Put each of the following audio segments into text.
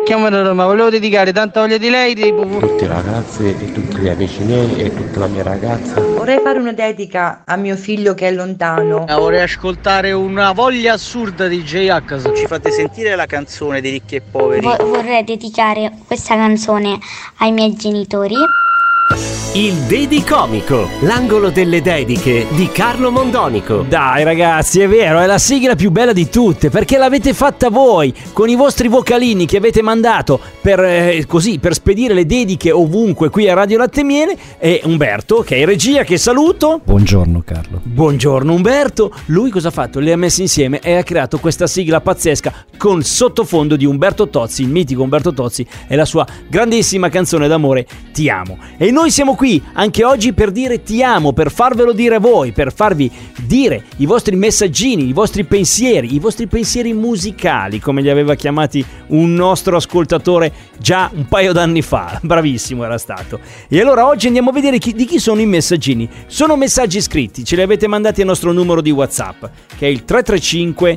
chiamate Roma, volevo dedicare tanta voglia di lei tutte le ragazze e tutti gli amici miei e tutta la mia ragazza. Vorrei fare una dedica a mio figlio che è lontano. Vorrei ascoltare una voglia assurda di J-H. Ci fate sentire la canzone di Ricchi e Poveri? Vorrei dedicare questa canzone ai miei genitori. Il Dedicomico, l'angolo delle dediche di Carlo Mondonico. Dai ragazzi, è vero, è la sigla più bella di tutte, perché l'avete fatta voi, con i vostri vocalini che avete mandato per spedire le dediche ovunque qui a Radio Latte e Miele. E Umberto, che è in regia, che saluto. Buongiorno Carlo. Buongiorno Umberto. Lui cosa ha fatto? Le ha messe insieme e ha creato questa sigla pazzesca con sottofondo di Umberto Tozzi, il mitico Umberto Tozzi, e la sua grandissima canzone d'amore Ti amo. E noi siamo qui anche oggi per dire ti amo, per farvelo dire a voi, per farvi dire i vostri messaggini, i vostri pensieri musicali, come li aveva chiamati un nostro ascoltatore già un paio d'anni fa. Bravissimo era stato. E allora oggi andiamo a vedere di chi sono i messaggini. Sono messaggi scritti, ce li avete mandati al nostro numero di WhatsApp, che è il 335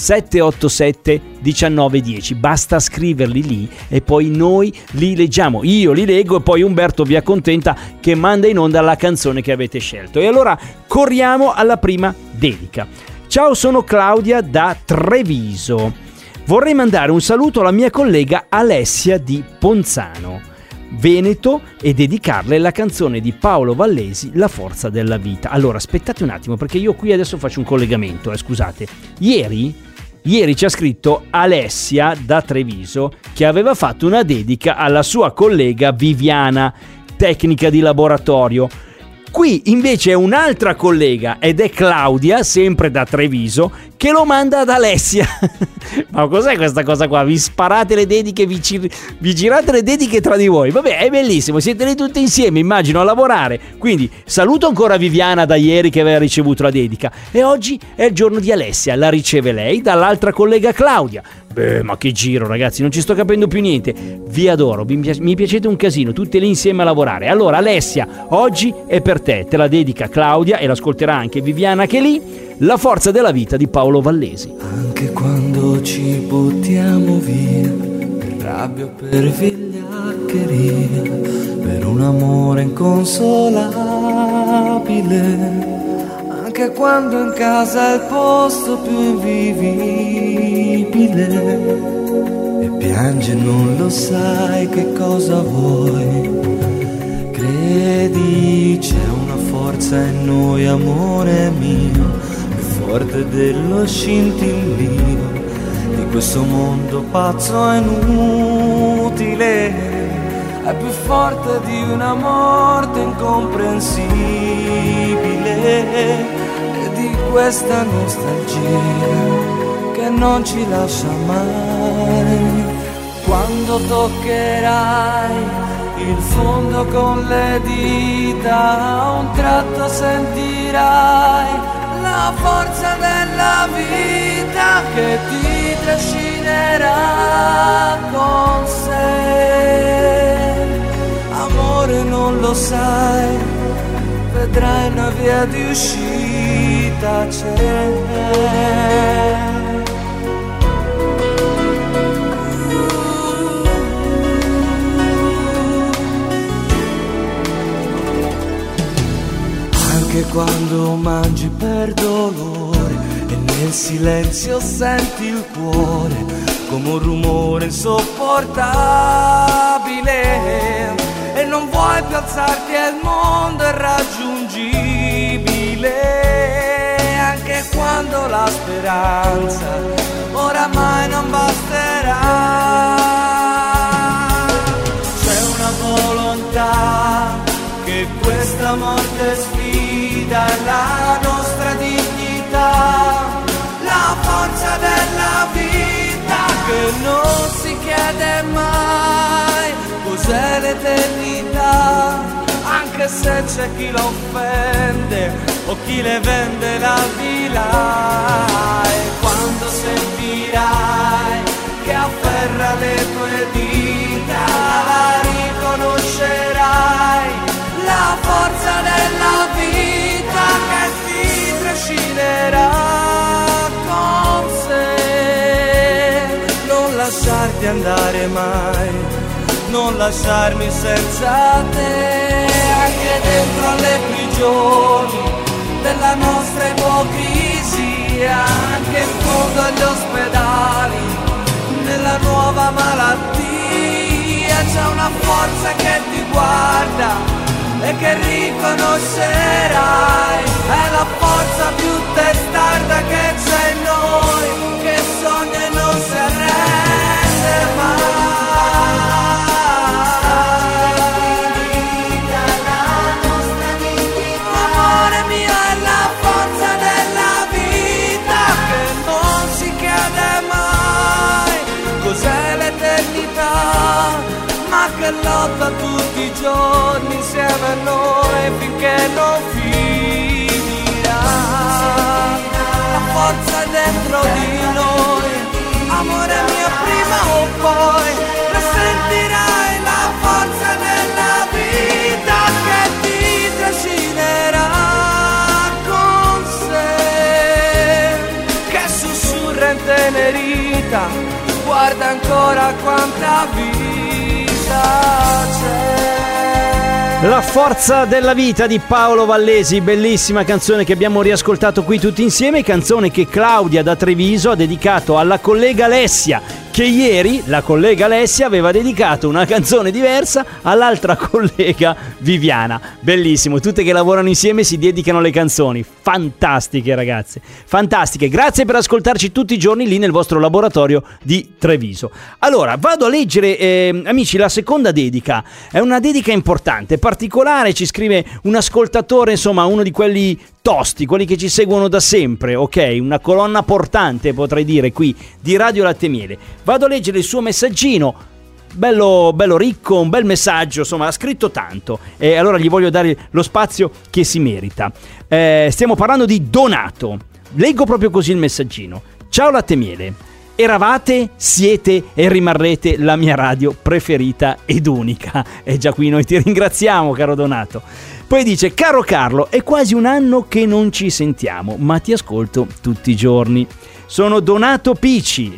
787 1910. Basta scriverli lì e poi noi li leggiamo. Io li leggo e poi Umberto vi accontenta che manda in onda la canzone che avete scelto. E allora corriamo alla prima dedica. Ciao, sono Claudia da Treviso. Vorrei mandare un saluto alla mia collega Alessia di Ponzano, Veneto, e dedicarle la canzone di Paolo Vallesi, La forza della vita. Allora aspettate un attimo, perché io qui adesso faccio un collegamento, scusate. Ieri ci ha scritto Alessia da Treviso che aveva fatto una dedica alla sua collega Viviana, tecnica di laboratorio. Qui invece è un'altra collega ed è Claudia, sempre da Treviso, che lo manda ad Alessia. Ma cos'è questa cosa qua? Vi sparate le dediche, vi girate le dediche tra di voi. Vabbè, è bellissimo, siete lì tutte insieme, immagino, a lavorare. Quindi saluto ancora Viviana da ieri che aveva ricevuto la dedica. E oggi è il giorno di Alessia, la riceve lei dall'altra collega Claudia. Beh, ma che giro ragazzi, non ci sto capendo più niente. Vi adoro, mi piacete un casino, tutte lì insieme a lavorare. Allora Alessia, oggi è per te la dedica Claudia e l'ascolterà anche Viviana che è lì, La forza della vita di Paolo Vallesi. Anche quando ci buttiamo via, per rabbia o per vigliaccheria, per un amore inconsolabile, anche quando in casa è il posto più invivibile e piangi e non lo sai che cosa vuoi. Credi, c'è una forza in noi, amore mio, più forte dello scintillio di questo mondo pazzo e inutile, è più forte di una morte incomprensibile e di questa nostalgia che non ci lascia mai. Quando toccherai il fondo con le dita, a un tratto sentirai la forza della vita che ti trascinerà con sé. Amore, non lo sai, vedrai una via di uscita c'è. Anche quando mangi per dolore e nel silenzio senti il cuore come un rumore insopportabile e non vuoi più alzarti e il mondo è raggiungibile, anche quando la speranza oramai non basterà. C'è una volontà che questa morte sfida, la nostra dignità, la forza della vita che non si chiede mai cos'è l'eternità, anche se c'è chi la offende o chi le vende la vila. E quando sentirai che afferra le tue dita, la riconoscerai, la forza della vita che ti trascinerà con sé. Non lasciarti di andare mai, non lasciarmi senza te, anche dentro alle prigioni della nostra ipocrisia, anche in fondo agli ospedali, nella nuova malattia, c'è una forza che ti guarda e che riconoscerai, è la forza più testarda che c'è in noi, che sogna e non si arrende mai. Amore mio, è la forza della vita che non si chiede mai cos'è l'eternità, ma che lotta tutti i giorni insieme a noi finché non finirà. La forza è dentro di noi, amore mio, prima o poi la sentirai, la forza della vita che ti trascinerà con sé, che sussurra intenerita, guarda ancora quanta vita c'è. La forza della vita di Paolo Vallesi, bellissima canzone che abbiamo riascoltato qui tutti insieme, canzone che Claudia da Treviso ha dedicato alla collega Alessia, che ieri la collega Alessia aveva dedicato una canzone diversa all'altra collega Viviana. Bellissimo, tutte che lavorano insieme si dedicano le canzoni. Fantastiche ragazze, fantastiche. Grazie per ascoltarci tutti i giorni lì nel vostro laboratorio di Treviso. Allora, vado a leggere, amici, la seconda dedica. È una dedica importante, particolare, ci scrive un ascoltatore, insomma, uno di quelli tosti, quelli che ci seguono da sempre, ok? Una colonna portante, potrei dire, qui di Radio Latte e Miele. Vado a leggere il suo messaggino, bello ricco, un bel messaggio, insomma, ha scritto tanto e allora gli voglio dare lo spazio che si merita. Stiamo parlando di Donato. Leggo proprio così il messaggino. Ciao Latte e Miele. Eravate, siete e rimarrete la mia radio preferita ed unica. E già qui noi ti ringraziamo, caro Donato. Poi dice: caro Carlo, è quasi un anno che non ci sentiamo, ma ti ascolto tutti i giorni. Sono Donato Pici,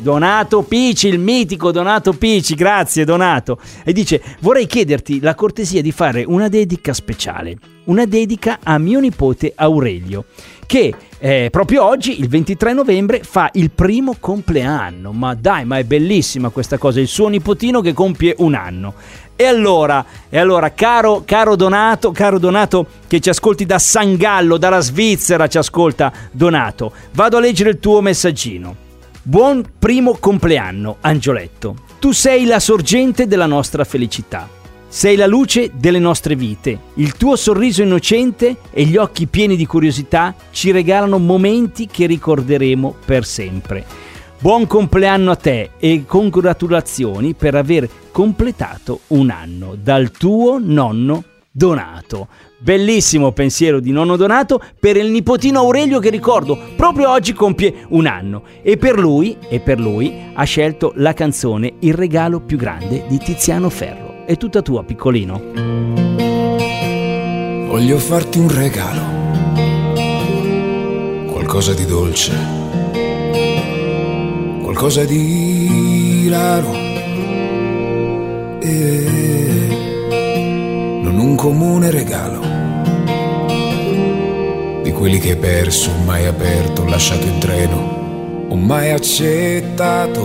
il mitico Donato Pici, grazie Donato. E dice: vorrei chiederti la cortesia di fare una dedica speciale, una dedica a mio nipote Aurelio, che proprio oggi, il 23 novembre, fa il primo compleanno. Ma dai, ma è bellissima questa cosa, il suo nipotino che compie un anno. E allora caro Donato che ci ascolti da San Gallo, dalla Svizzera ci ascolta Donato, vado a leggere il tuo messaggino. Buon primo compleanno, Angioletto. Tu sei la sorgente della nostra felicità. Sei la luce delle nostre vite. Il tuo sorriso innocente e gli occhi pieni di curiosità ci regalano momenti che ricorderemo per sempre. Buon compleanno a te e congratulazioni per aver completato un anno dal tuo nonno Donato. Bellissimo pensiero di nonno Donato per il nipotino Aurelio che, ricordo, proprio oggi compie un anno e per lui ha scelto la canzone Il regalo più grande di Tiziano Ferro. È tutta tua, piccolino. Voglio farti un regalo, qualcosa di dolce, qualcosa di raro, non un comune regalo, di quelli che hai perso, mai aperto, lasciato in treno, o mai accettato,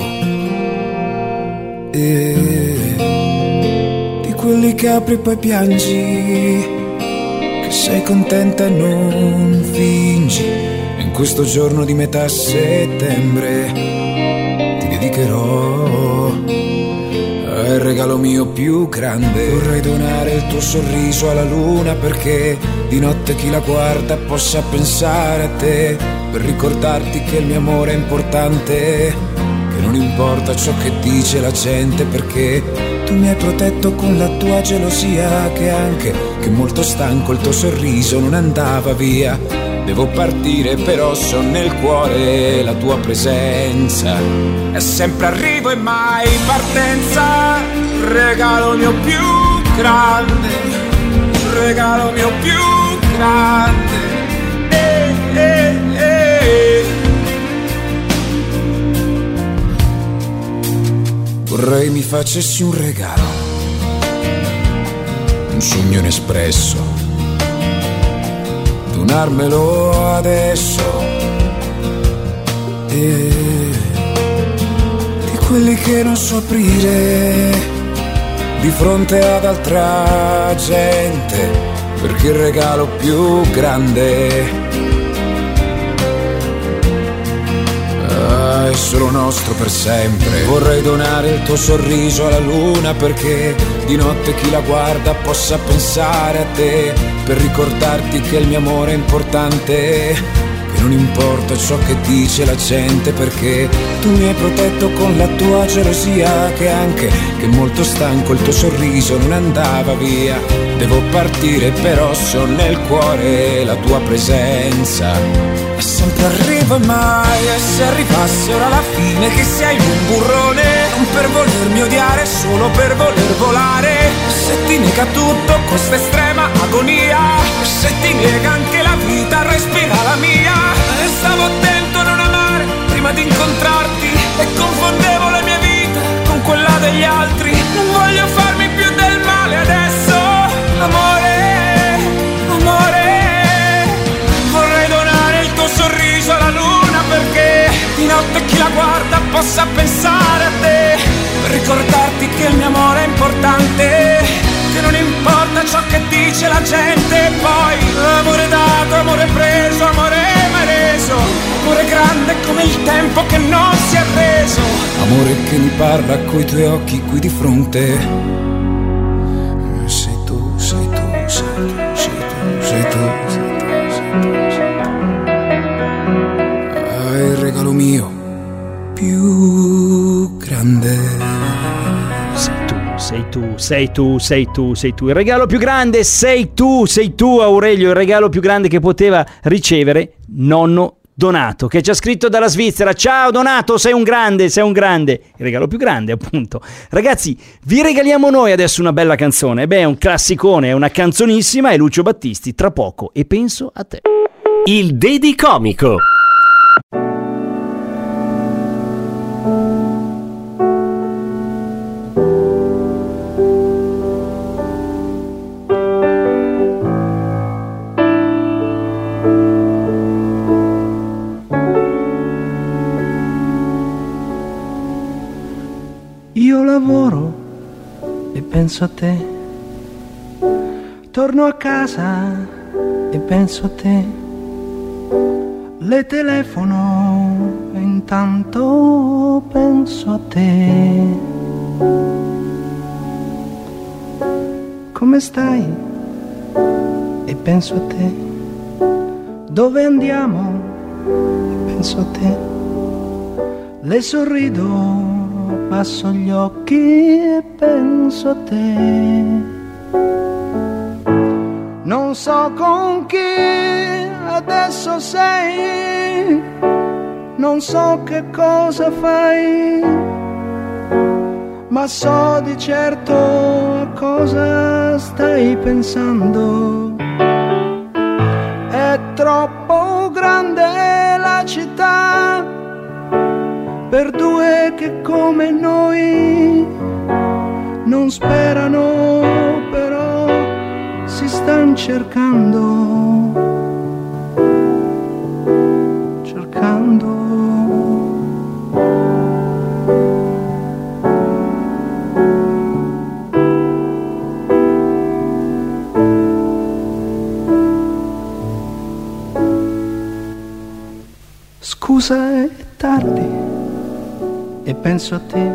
di quelli che apri e poi piangi, che sei contenta e non fingi, e in questo giorno di metà settembre ti dedicherò al regalo mio più grande. Vorrei donare il tuo sorriso alla luna, perché di notte chi la guarda possa pensare a te, per ricordarti che il mio amore è importante, che non importa ciò che dice la gente, perché tu mi hai protetto con la tua gelosia, che anche che molto stanco il tuo sorriso non andava via. Devo partire però so nel cuore la tua presenza, è sempre arrivo e mai partenza. Regalo mio più grande, regalo mio più grande, Vorrei mi facessi un regalo, un sogno inespresso, donarmelo adesso. E di quelli che non so aprire di fronte ad altra gente, perché il regalo più grande è solo nostro per sempre. Vorrei donare il tuo sorriso alla luna, perché di notte chi la guarda possa pensare a te, per ricordarti che il mio amore è importante, che non importa ciò che dice la gente, perché tu mi hai protetto con la tua gelosia, che anche che molto stanco il tuo sorriso non andava via. Devo partire però se ho nel cuore la tua presenza. E sempre arriva mai, e se arrivasse ora la fine, che sei un burrone, non per volermi odiare, solo per voler volare. Se ti nega tutto questa estrema agonia, se ti nega anche la vita, respira la mia. E stavo attento a non amare prima di incontrarti, e confondevo la mia vita con quella degli altri. Non voglio farmi più del male adesso, amore, amore. Vorrei donare il tuo sorriso alla luna, perché di notte chi la guarda possa pensare a te, per ricordarti che il mio amore è importante, che non importa ciò che dice la gente. Poi amore dato, amore preso, amore mai reso, amore grande come il tempo che non si è reso, amore che mi parla coi tuoi occhi qui di fronte. Sei tu, sei tu, sei tu, sei tu, sei tu, sei tu, sei tu, sei tu. Ah, il regalo mio più grande. Sei tu, sei tu, sei tu, sei tu. Il regalo più grande sei tu Aurelio, il regalo più grande che poteva ricevere nonno Donato, che ci ha scritto dalla Svizzera. Ciao Donato, sei un grande, sei un grande. Il regalo più grande, appunto. Ragazzi, vi regaliamo noi adesso una bella canzone. Beh, è un classicone, è una canzonissima, è Lucio Battisti, Tra poco e penso a te. Il Dedicomico. Io lavoro e penso a te, torno a casa e penso a te, le telefono e intanto penso a te. Come stai? E penso a te. Dove andiamo? E penso a te. Le sorrido, passo gli occhi e penso a te. Non so con chi adesso sei, non so che cosa fai, ma so di certo a cosa stai pensando. È troppo grande la città per due che come noi non sperano, però si stan cercando, cercando. Scusa, è tardi e penso a te,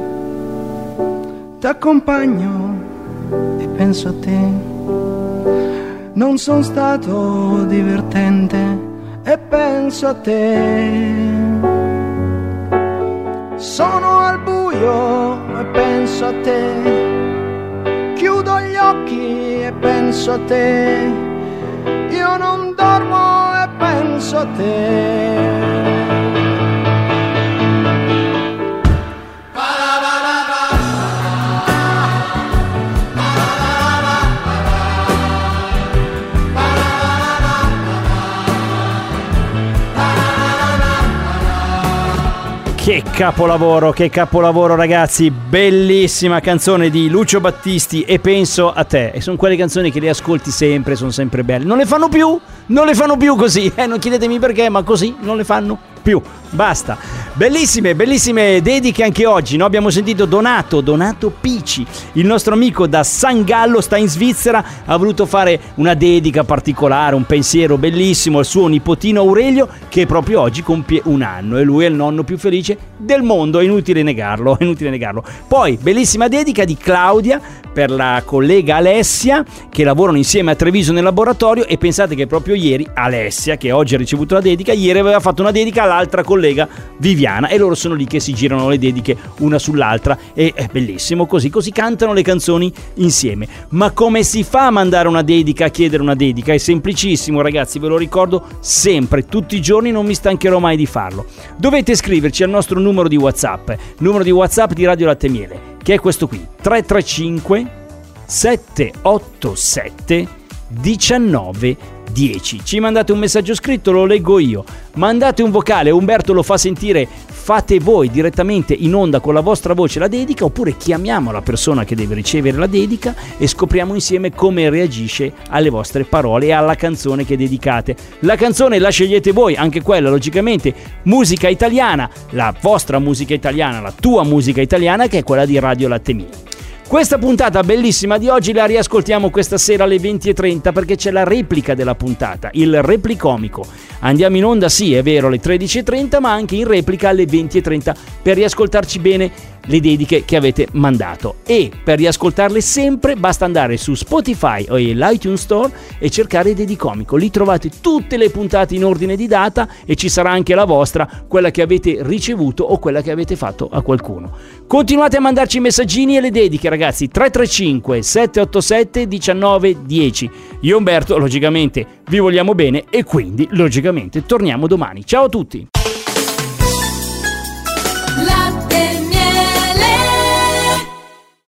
t'accompagno e penso a te, non son stato divertente e penso a te, sono al buio e penso a te, chiudo gli occhi e penso a te, io non dormo e penso a te. Che capolavoro ragazzi, bellissima canzone di Lucio Battisti e Penso a te. E sono quelle canzoni che le ascolti sempre, sono sempre belle. Non le fanno più così, non chiedetemi perché, ma così non le fanno più. Basta. Bellissime dediche anche oggi, no? Abbiamo sentito Donato Pici, il nostro amico da San Gallo, sta in Svizzera, ha voluto fare una dedica particolare, un pensiero bellissimo al suo nipotino Aurelio, che proprio oggi compie 1 anno e lui è il nonno più felice del mondo, è inutile negarlo. Poi bellissima dedica di Claudia per la collega Alessia, che lavorano insieme a Treviso nel laboratorio, e pensate che proprio ieri Alessia, che oggi ha ricevuto la dedica, ieri aveva fatto una dedica all'altra collega Viviana, e loro sono lì che si girano le dediche una sull'altra, e è bellissimo così cantano le canzoni insieme. Ma come si fa a mandare una dedica, a chiedere una dedica? È semplicissimo ragazzi, ve lo ricordo sempre, tutti i giorni, non mi stancherò mai di farlo. Dovete scriverci al nostro numero di WhatsApp di Radio Latte Miele, che è questo qui, 335 787 1910. Ci mandate un messaggio scritto, lo leggo io. Mandate un vocale, Umberto lo fa sentire, fate voi direttamente in onda con la vostra voce la dedica, oppure chiamiamo la persona che deve ricevere la dedica e scopriamo insieme come reagisce alle vostre parole e alla canzone che dedicate. La canzone la scegliete voi, anche quella logicamente musica italiana, la vostra musica italiana, la tua musica italiana, che è quella di Radio Latte Miele. Questa puntata bellissima di oggi la riascoltiamo questa sera alle 20:30, perché c'è la replica della puntata, il replicomico. Andiamo in onda, sì, è vero, alle 13:30, ma anche in replica alle 20:30 per riascoltarci bene le dediche che avete mandato. E per riascoltarle sempre basta andare su Spotify o l'iTunes Store e cercare Dedicomico. Lì trovate tutte le puntate in ordine di data e ci sarà anche la vostra, quella che avete ricevuto o quella che avete fatto a qualcuno. Continuate a mandarci i messaggini e le dediche ragazzi, 335 787 1910. Io e Umberto logicamente vi vogliamo bene e quindi logicamente torniamo domani. Ciao a tutti!